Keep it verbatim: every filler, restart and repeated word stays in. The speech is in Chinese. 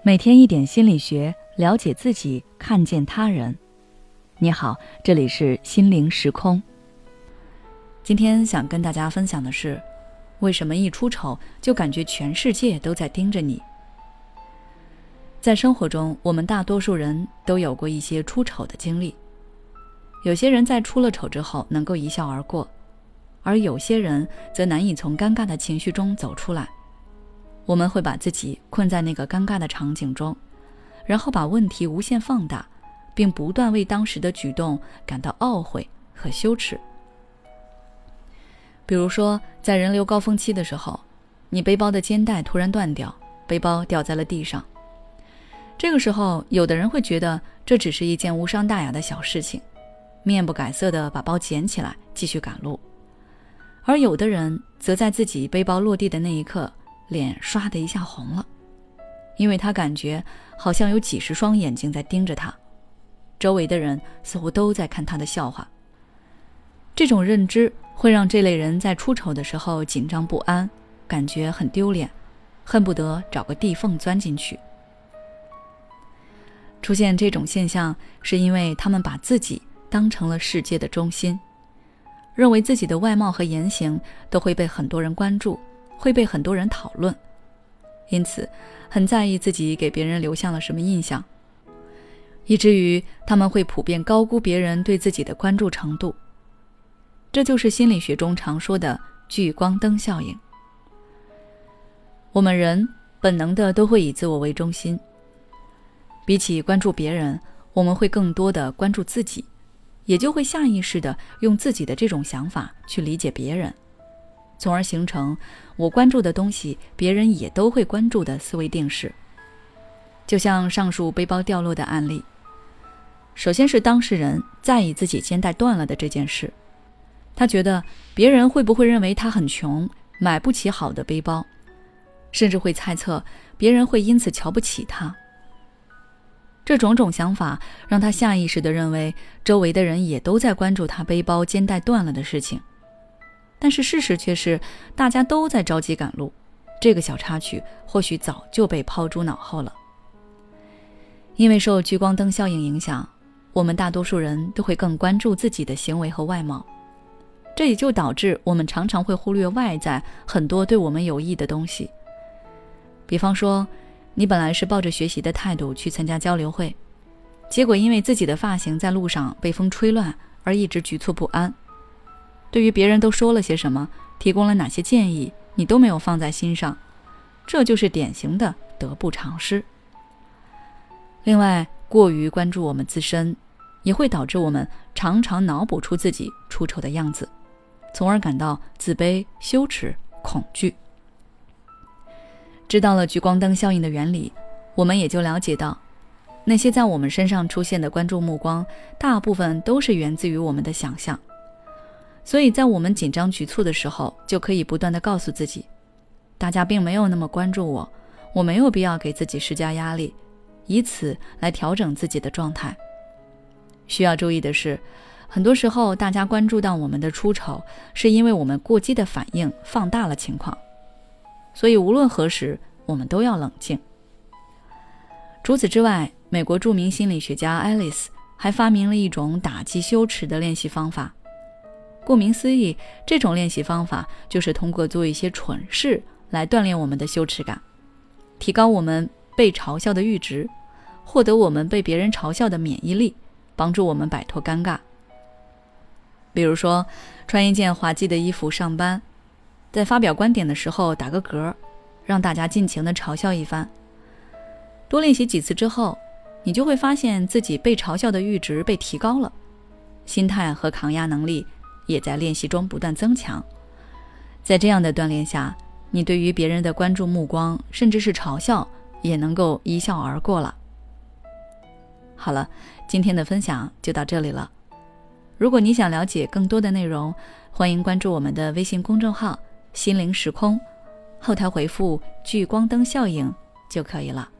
每天一点心理学，了解自己，看见他人。你好，这里是心灵时空。今天想跟大家分享的是，为什么一出丑就感觉全世界都在盯着你？在生活中，我们大多数人都有过一些出丑的经历。有些人在出了丑之后能够一笑而过，而有些人则难以从尴尬的情绪中走出来。我们会把自己困在那个尴尬的场景中，然后把问题无限放大，并不断为当时的举动感到懊悔和羞耻。比如说，在人流高峰期的时候，你背包的肩带突然断掉，背包掉在了地上。这个时候，有的人会觉得这只是一件无伤大雅的小事情，面不改色地把包捡起来继续赶路。而有的人则在自己背包落地的那一刻，脸唰的一下红了，因为他感觉好像有几十双眼睛在盯着他，周围的人似乎都在看他的笑话。这种认知会让这类人在出丑的时候紧张不安，感觉很丢脸，恨不得找个地缝钻进去。出现这种现象，是因为他们把自己当成了世界的中心，认为自己的外貌和言行都会被很多人关注，会被很多人讨论，因此很在意自己给别人留下了什么印象，以至于他们会普遍高估别人对自己的关注程度。这就是心理学中常说的聚光灯效应。我们人本能的都会以自我为中心，比起关注别人，我们会更多的关注自己，也就会下意识的用自己的这种想法去理解别人，从而形成我关注的东西别人也都会关注的思维定式。就像上述背包掉落的案例，首先是当事人在意自己肩带断了的这件事，他觉得别人会不会认为他很穷，买不起好的背包，甚至会猜测别人会因此瞧不起他。这种种想法让他下意识地认为周围的人也都在关注他背包肩带断了的事情，但是事实却是大家都在着急赶路，这个小插曲或许早就被抛诸脑后了。因为受聚光灯效应影响，我们大多数人都会更关注自己的行为和外貌，这也就导致我们常常会忽略外在很多对我们有益的东西。比方说，你本来是抱着学习的态度去参加交流会，结果因为自己的发型在路上被风吹乱而一直局促不安。对于别人都说了些什么，提供了哪些建议，你都没有放在心上，这就是典型的得不偿失。另外，过于关注我们自身，也会导致我们常常脑补出自己出丑的样子，从而感到自卑、羞耻、恐惧。知道了聚光灯效应的原理，我们也就了解到，那些在我们身上出现的关注目光，大部分都是源自于我们的想象。所以在我们紧张局促的时候，就可以不断地告诉自己，大家并没有那么关注我，我没有必要给自己施加压力，以此来调整自己的状态。需要注意的是，很多时候大家关注到我们的出丑，是因为我们过激的反应放大了情况，所以无论何时，我们都要冷静。除此之外，美国著名心理学家爱丽丝还发明了一种打击羞耻的练习方法。顾名思义，这种练习方法就是通过做一些蠢事来锻炼我们的羞耻感，提高我们被嘲笑的阈值，获得我们被别人嘲笑的免疫力，帮助我们摆脱尴尬。比如说，穿一件滑稽的衣服上班，在发表观点的时候打个嗝，让大家尽情地嘲笑一番。多练习几次之后，你就会发现自己被嘲笑的阈值被提高了，心态和抗压能力也在练习中不断增强。在这样的锻炼下，你对于别人的关注目光，甚至是嘲笑，也能够一笑而过了。好了，今天的分享就到这里了。如果你想了解更多的内容，欢迎关注我们的微信公众号心灵时空，后台回复聚光灯效应就可以了。